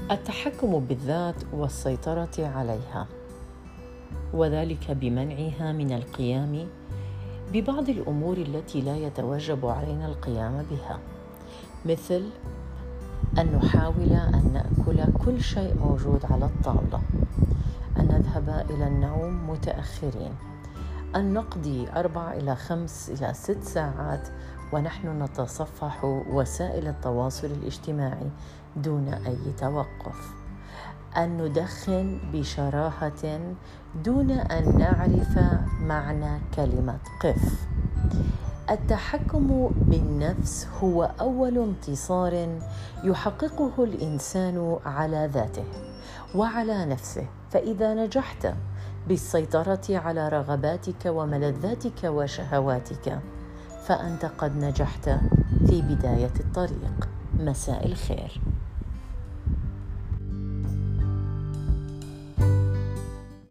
التحكم بالذات والسيطرة عليها، وذلك بمنعها من القيام ببعض الأمور التي لا يتوجب علينا القيام بها، مثل أن نحاول أن نأكل كل شيء موجود على الطاولة، أن نذهب إلى النوم متأخرين، أن نقضي 4 إلى 5 إلى 6 ساعات ونحن نتصفح وسائل التواصل الاجتماعي دون أي توقف، أن ندخن بشراهة دون أن نعرف معنى كلمة قف. التحكم بالنفس هو أول انتصار يحققه الإنسان على ذاته وعلى نفسه، فإذا نجحت بالسيطرة على رغباتك وملذاتك وشهواتك فأنت قد نجحت في بداية الطريق. مساء الخير.